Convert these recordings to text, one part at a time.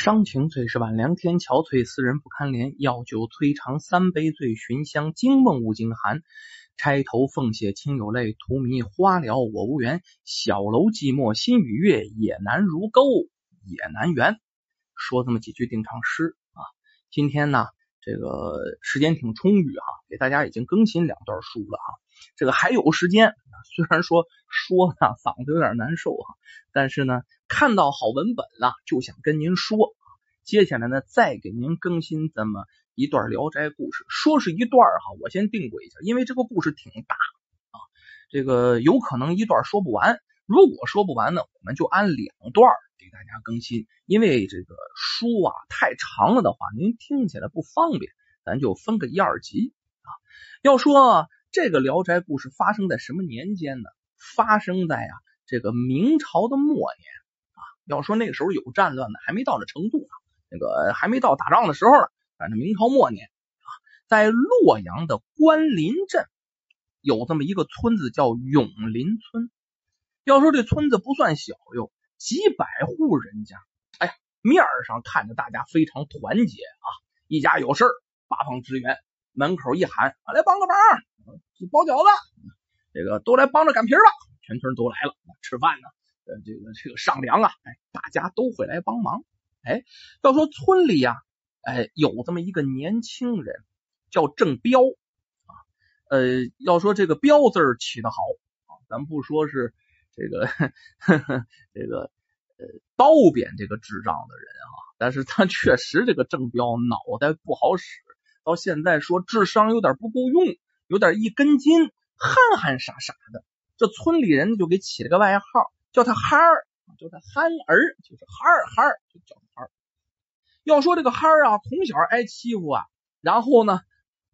伤情最是晚凉天，憔悴斯人不堪怜。药酒摧肠三杯醉，寻香惊梦误惊寒。钗头凤血亲有泪，荼蘼花了我无缘。小楼寂寞心与月，也难如钩也难圆。说这么几句定场诗啊。今天呢，这个时间挺充裕哈，给大家已经更新2段书了哈。这个还有时间，虽然说呢嗓子有点难受哈，但是呢看到好文本了就想跟您说。接下来呢再给您更新这么一段聊斋故事，说是一段哈，我先定过一下，因为这个故事挺大啊，这个有可能一段说不完，如果说不完呢，我们就按2段给大家更新，因为这个书啊太长了的话，您听起来不方便，咱就分个1、2集啊。要说这个聊斋故事发生在什么年间呢？发生在这个明朝的末年啊。要说那个时候有战乱呢，还没到那程度呢，那个还没到打仗的时候呢，反正明朝末年啊，在洛阳的关林镇有这么一个村子叫永林村。要说这村子不算小哟，几百户人家，哎呀，面上看着大家非常团结啊，一家有事八方支援，门口一喊来帮个忙，包饺子，这个都来帮着擀皮吧，全村都来了，吃饭呢，这个上粮啊，大家都会来帮忙。要说村里有这么一个年轻人叫郑彪啊，要说这个彪字起得好啊，咱不说是这个这个刀扁这个智障的人啊，但是他确实这个郑彪脑袋不好使，到现在说智商有点不够用，有点一根筋，憨憨傻傻的。这村里人就给起了个外号，叫他憨儿，叫他憨儿，就是憨儿，就叫他憨儿。要说这个憨儿啊，从小挨欺负啊，然后呢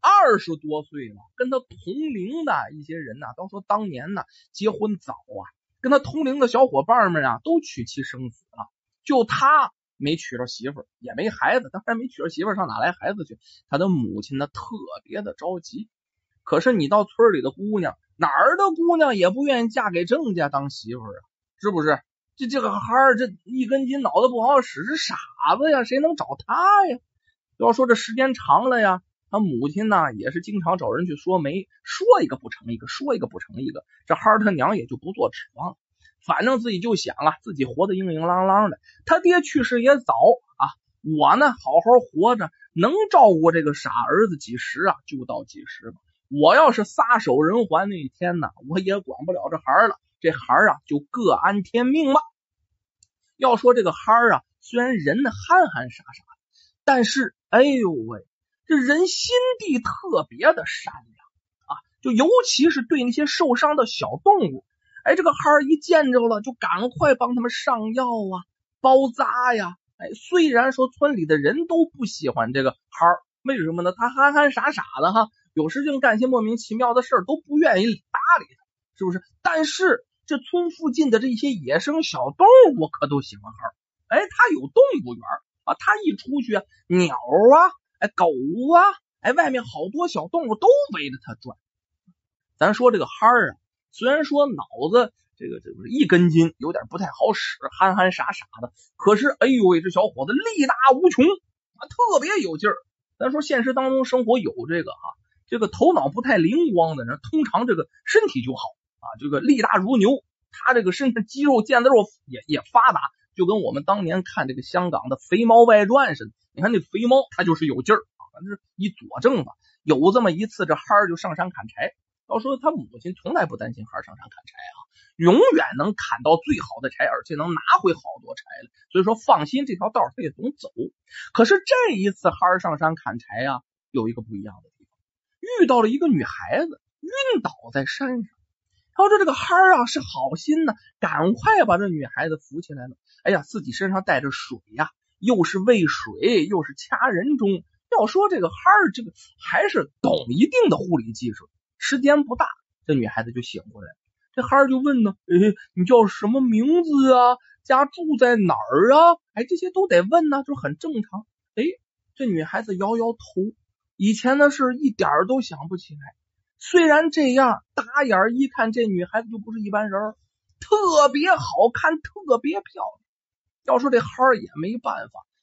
20多岁了，跟他同龄的一些人都说当年结婚早啊，跟他同龄的小伙伴们都娶妻生子了，就他没娶着媳妇儿，也没孩子，当然没娶着媳妇儿，上哪来孩子去？他的母亲呢特别的着急。可是你到村里的姑娘，哪儿的姑娘也不愿意嫁给郑家当媳妇儿啊，是不是？这个孩儿这一根筋，脑子不好使，是傻子呀，谁能找他呀？要说这时间长了呀，他母亲呢也是经常找人去说媒，说一个不成一个，说一个不成一个，这孩儿他娘也就不做指望了。反正自己就想自己活得硬硬朗朗的，他爹去世也早啊，我呢好好活着，能照顾这个傻儿子几时就到几时吧。我要是撒手人寰那一天呢，我也管不了这孩儿了，这孩儿就各安天命吧。要说这个孩儿虽然人憨憨傻傻，但是哎呦喂，这人心地特别的善良啊，就尤其是对那些受伤的小动物，这个孩儿一见着了就赶快帮他们上药包扎呀。虽然说村里的人都不喜欢这个孩儿，为什么呢？他憨憨傻傻的有时竟干些莫名其妙的事儿，都不愿意搭理他，是不是？但是这村附近的这些野生小动物可都喜欢孩儿。他有动物园他一出去鸟狗外面好多小动物都围着他转。咱说这个孩儿虽然说脑子这个一根筋，有点不太好使，憨憨傻傻的，可是哎呦喂，这小伙子力大无穷特别有劲儿。咱说现实当中生活有这个头脑不太灵光的人，通常这个身体就好这个力大如牛，他这个身上肌肉腱子肉也发达，就跟我们当年看这个香港的肥猫外传似的。你看那肥猫他就是有劲儿反正一佐证吧。有这么一次，这孩儿就上山砍柴，要说他母亲从来不担心孩儿上山砍柴永远能砍到最好的柴，而且能拿回好多柴来，所以说放心，这条道他也总走。可是这一次孩儿上山砍柴有一个不一样的地方，遇到了一个女孩子晕倒在山上。他说这个孩儿是好心呢，赶快把这女孩子扶起来了。自己身上带着水又是喂水又是掐人中，要说这个孩儿这个还是懂一定的护理技术。时间不大，这女孩子就醒过来了。这孩儿就问呢，你叫什么名字家住在哪儿这些都得问就很正常。这女孩子摇摇头，以前的事一点都想不起来。虽然这样，打眼一看这女孩子就不是一般人，特别好看，特别漂亮。要说这孩儿也没办法，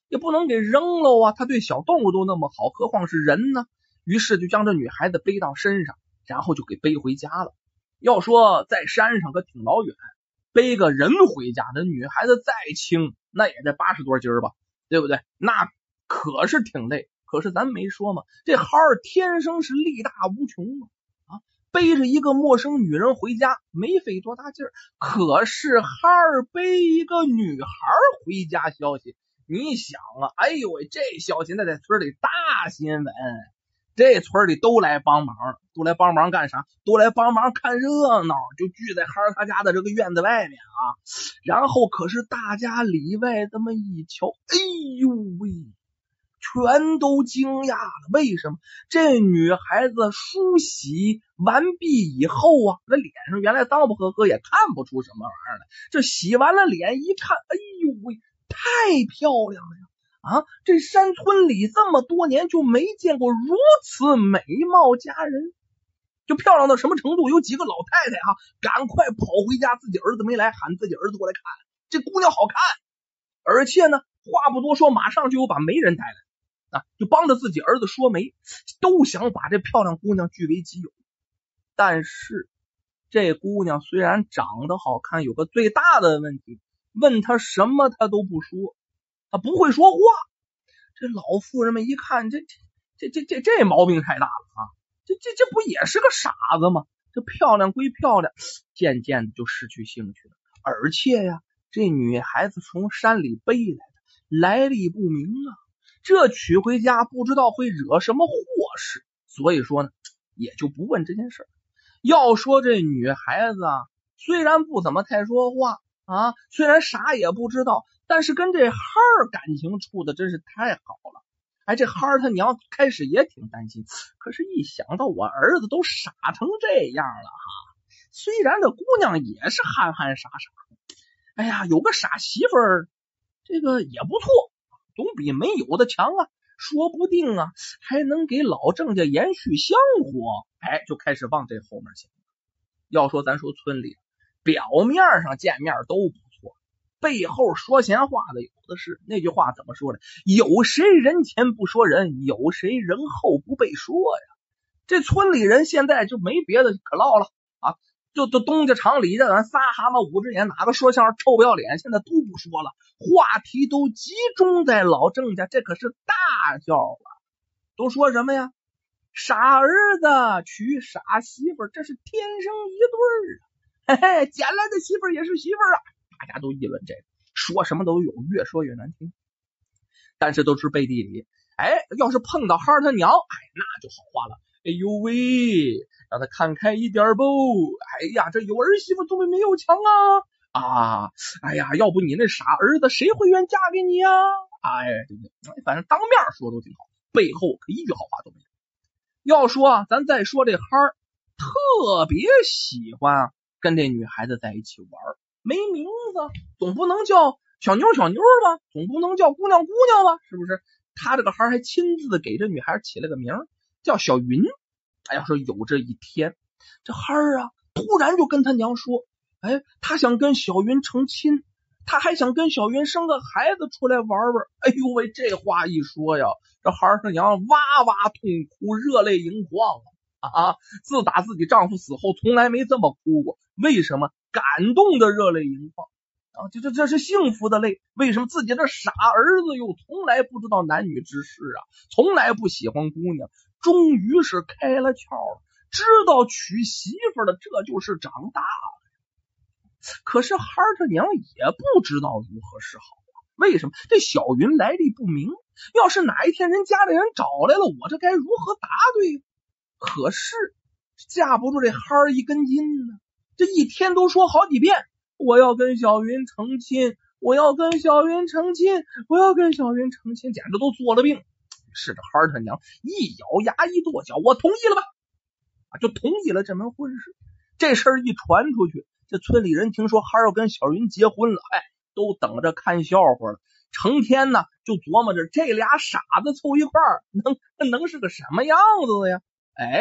也不能给扔了啊，他对小动物都那么好，何况是人呢？于是就将这女孩子背到身上，然后就给背回家了。要说在山上可挺老远，背个人回家，这女孩子再轻那也得80多斤吧，对不对？那可是挺累。可是咱没说嘛，这孩儿天生是力大无穷啊！背着一个陌生女人回家没费多大劲儿，可是孩儿背一个女孩回家消息，你想啊，哎呦喂，这消息那在村里大新闻，这村里都来帮忙了，都来帮忙干啥？都来帮忙看热闹，就聚在孩儿他家的这个院子外面啊。然后可是大家里外这么一瞧，哎呦喂，全都惊讶了。为什么？这女孩子梳洗完毕以后啊，那脸上原来脏不呵呵，也看不出什么玩意儿来。这洗完了脸一看，哎呦喂，太漂亮了呀！啊，这山村里这么多年就没见过如此美貌佳人，就漂亮到什么程度？有几个老太太啊，赶快跑回家，自己儿子没来，喊自己儿子过来看，这姑娘好看，而且呢，话不多说，马上就有把媒人带来啊，就帮着自己儿子说媒，都想把这漂亮姑娘据为己有。但是这姑娘虽然长得好看，有个最大的问题，问她什么她都不说，她不会说话。这老妇人们一看，这毛病太大了啊！这不也是个傻子吗？这漂亮归漂亮，渐渐的就失去兴趣了。而且呀，这女孩子从山里背来的，来历不明啊，这娶回家不知道会惹什么祸事，所以说呢，也就不问这件事。要说这女孩子啊，虽然不怎么太说话啊，虽然啥也不知道，但是跟这孩儿感情处的真是太好了。哎，这孩儿他娘开始也挺担心，可是一想到我儿子都傻成这样了哈，虽然这姑娘也是憨憨傻傻，哎呀，有个傻媳妇儿，这个也不错，总比没有的强啊，说不定啊还能给老郑家延续香火。哎，就开始往这后面想。要说咱说村里表面上见面都不错，背后说闲话的有的是。那句话怎么说呢？有谁人前不说人，有谁人后不被说呀？这村里人现在就没别的可唠了啊，就东家长李家短，仨蛤蟆五只眼，哪个说相声臭不要脸，现在都不说了，话题都集中在老郑家，这可是大叫了。都说什么呀？傻儿子娶傻媳妇，这是天生一对啊！嘿嘿，捡来的媳妇也是媳妇啊！大家都议论这个，说什么都有，越说越难听。但是都是背地里，哎，要是碰到孩儿他娘，哎，那就好话了。哎呦喂，让他看开一点不？哎呀，这有儿媳妇总比没有强啊！啊，哎呀，要不你那傻儿子谁会愿嫁给你呀？哎，反正当面说都挺好，背后可一句好话都没有。要说啊，咱再说这孩儿特别喜欢跟这女孩子在一起玩，没名字，总不能叫小妞小妞吧，总不能叫姑娘姑娘吧，是不是？他这个孩儿还亲自给这女孩起了个名叫小云。哎呀，说有这一天，这孩儿啊突然就跟他娘说，哎，他想跟小云成亲，他还想跟小云生个孩子出来玩玩。哎呦喂，这话一说呀，这孩儿他娘哇哇痛哭，热泪盈眶啊！自打自己丈夫死后，从来没这么哭过。为什么？感动的热泪盈眶啊！这是幸福的泪。为什么？自己的傻儿子又从来不知道男女之事啊，从来不喜欢姑娘，终于是开了窍了，知道娶媳妇的这就是长大了。可是孩儿他娘也不知道如何是好啊。为什么？这小云来历不明，要是哪一天人家里人找来了，我这该如何答对？可是架不住这孩儿一根筋呢，这一天都说好几遍，我要跟小云成亲，我要跟小云成亲，我要跟小云成亲，简直都做了病。是这孩儿他娘一咬牙一跺脚，我同意了吧，就同意了这门婚事。这事儿一传出去，这村里人听说孩儿要跟小云结婚了，哎，都等着看笑话了，成天呢就琢磨着这俩傻子凑一块儿能是个什么样子呀？哎，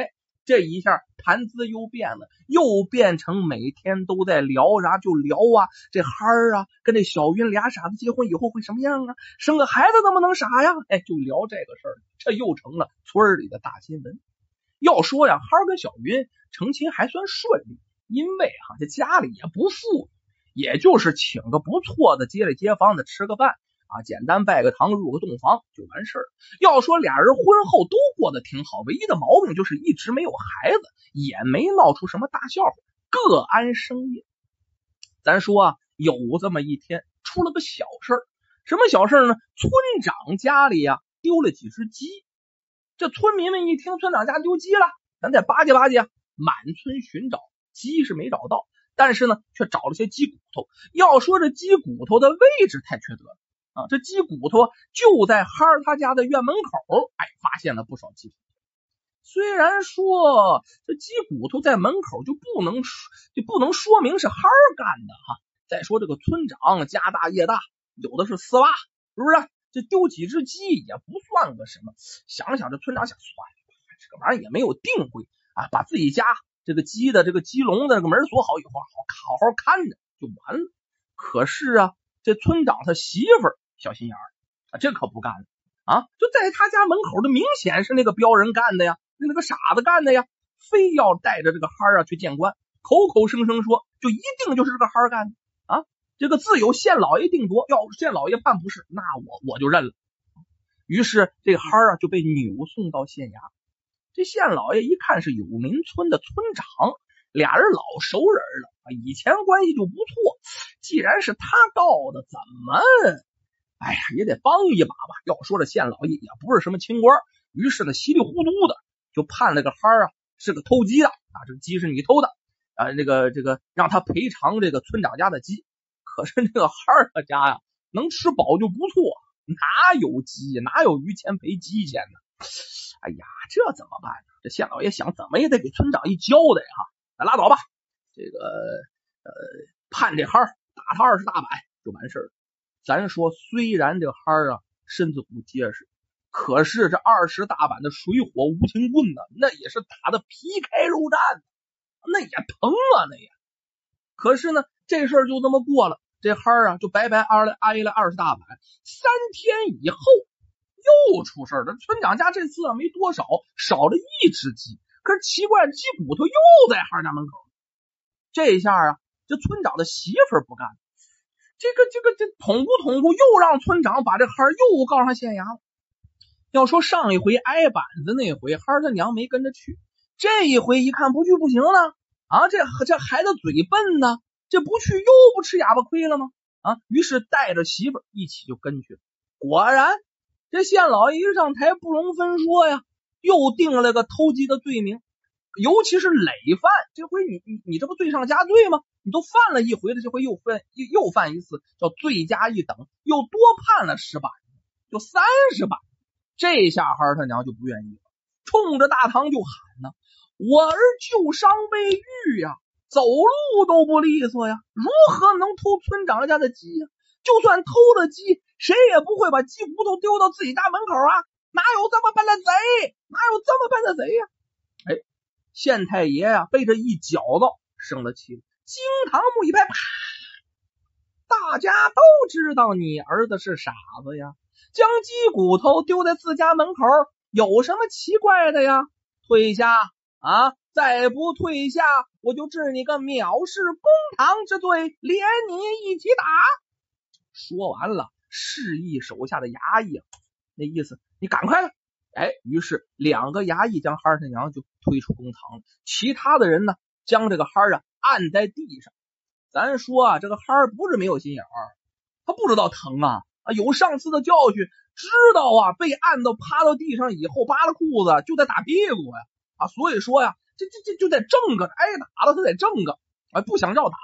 这一下谈资又变了，又变成每天都在聊啥就聊啊，这哈儿啊跟这小云俩傻子结婚以后会什么样啊，生个孩子能不能傻呀，就聊这个事儿，这又成了村里的大新闻。要说呀，哈儿跟小云成亲还算顺利，因为这家里也不富，也就是请个不错的街里街坊的吃个饭简单拜个堂入个洞房就完事儿。要说俩人婚后都过得挺好，唯一的毛病就是一直没有孩子，也没闹出什么大笑话，各安生业。咱说有这么一天出了个小事儿，什么小事呢？村长家里丢了几只鸡。这村民们一听村长家丢鸡了，咱再巴结巴结，满村寻找，鸡是没找到，但是呢却找了些鸡骨头。要说这鸡骨头的位置太缺德了这鸡骨头就在哈儿他家的院门口，发现了不少鸡骨头。虽然说这鸡骨头在门口就不能说明是哈儿干的再说这个村长家大业大，有的是丝袜，是不是？这丢几只鸡也不算个什么。想想这村长想，算了，这个玩意儿也没有定规把自己家这个鸡的这个鸡笼的这个门锁好以后，好好看着就完了。可是这村长他媳妇儿小心眼这可不干了就在他家门口的，明显是那个彪人干的呀，那个傻子干的呀，非要带着这个哈儿去见官，口口声声说就一定就是这个哈儿干的这个自有县老爷定夺，要是县老爷判不是，那我就认了。于是这个哈儿就被扭送到县衙。这县老爷一看是有民村的村长，俩人老熟人了以前关系就不错，既然是他告的，怎么也得帮一把吧。要说这县老爷也不是什么清官，于是呢稀里糊涂的就判了个哈儿是个偷鸡的这个鸡是你偷的这个让他赔偿这个村长家的鸡。可是这个哈儿他家能吃饱就不错，哪有鸡，哪有余钱赔鸡钱呢？这怎么办呢？这县老爷想怎么也得给村长一交代拉倒吧，这个判这哈儿打他20大板就完事儿了。咱说虽然这哈儿身子骨结实，可是这20大板的水火无情棍那也是打的皮开肉绽，那也疼那也。可是呢这事儿就这么过了，这哈儿就白白挨了20大板。3天以后又出事了，村长家这次没多少，少了1只鸡，可是奇怪，鸡骨头又在哈儿家门口。这一下这村长的媳妇儿不干，这捅咕又让村长把这哈儿又告上县衙了。要说上一回挨板子那回，哈儿他娘没跟着去，这一回一看不去不行了这孩子嘴笨呢，这不去又不吃哑巴亏了吗于是带着媳妇儿一起就跟去了。果然这县老爷一上台不容分说呀，又定了个偷鸡的罪名，尤其是累犯，这回你这不罪上加罪吗？你都犯了一回了，这回又犯一次，叫罪加一等，又多判了10板，就30板。这下哈儿他娘就不愿意了，冲着大堂就喊我儿旧伤未愈走路都不利索呀，如何能偷村长家的鸡呀？就算偷了鸡，谁也不会把鸡骨头丢到自己家门口哪有这么笨的贼？哪有这么笨的贼呀？县太爷被这一搅子生了气了，惊堂木一拍，啪！大家都知道你儿子是傻子呀，将鸡骨头丢在自家门口有什么奇怪的呀？退下再不退下，我就治你个藐视公堂之罪，连你一起打。说完了，示意手下的衙役那意思你赶快了。于是2个衙役将哈儿他娘就推出公堂了，其他的人呢将这个哈儿按在地上。咱说这个哈儿不是没有心眼他不知道疼有上次的教训，知道被按到趴到地上以后扒了裤子就得打屁股所以说这就得正个，挨打了他得正个不想照打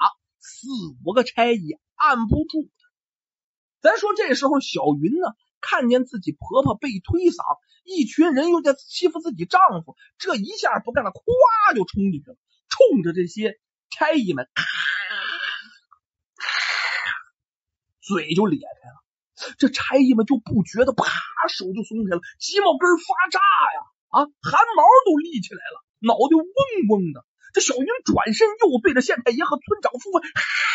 ，4、5个差役按不住他。咱说这时候小云呢看见自己婆婆被推搡，一群人又在欺负自己丈夫，这一下不干了，咵就冲进去了，冲着这些差役们嘴就咧开了。这差役们就不觉得啪手就松开了，鸡毛根发炸呀寒毛都立起来了， 脑袋嗡嗡的。这小云转身又对着县太爷和村长夫妇，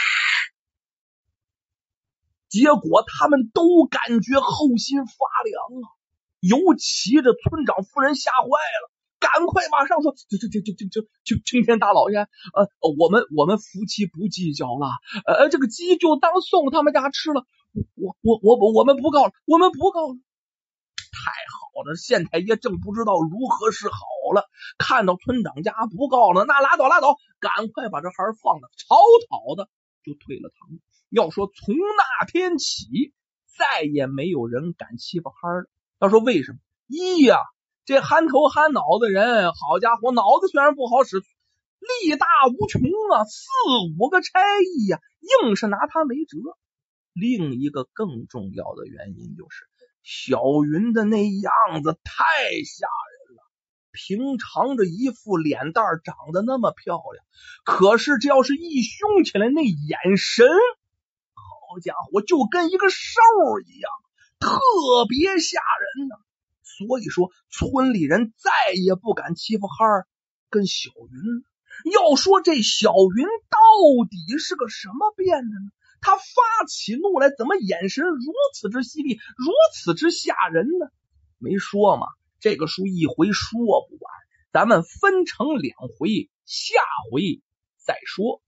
结果他们都感觉后心发凉啊，尤其这村长夫人吓坏了，赶快马上说：“青天大老爷，我们夫妻不计较了，这个鸡就当送他们家吃了，我们不告了，我们不告了。”太好了，县太爷正不知道如何是好了，看到村长家不告了，那拉倒，赶快把这孩儿放了，草草的就退了堂。要说从那天起，再也没有人敢欺负孩儿了。要说为什么？一呀，这憨头憨脑的人，好家伙，脑子虽然不好使，力大无穷啊，4、5个差役呀，硬是拿他没辙。另一个更重要的原因就是小云的那样子太吓人了，平常这一副脸蛋长得那么漂亮，可是这要是一凶起来，那眼神，好家伙，就跟一个兽一样，特别吓人呢。所以说村里人再也不敢欺负孩儿跟小云了。要说这小云到底是个什么变的呢？他发起怒来，怎么眼神如此之犀利，如此之吓人呢？没说嘛，这个书一回说不完，咱们分成2回，下回再说。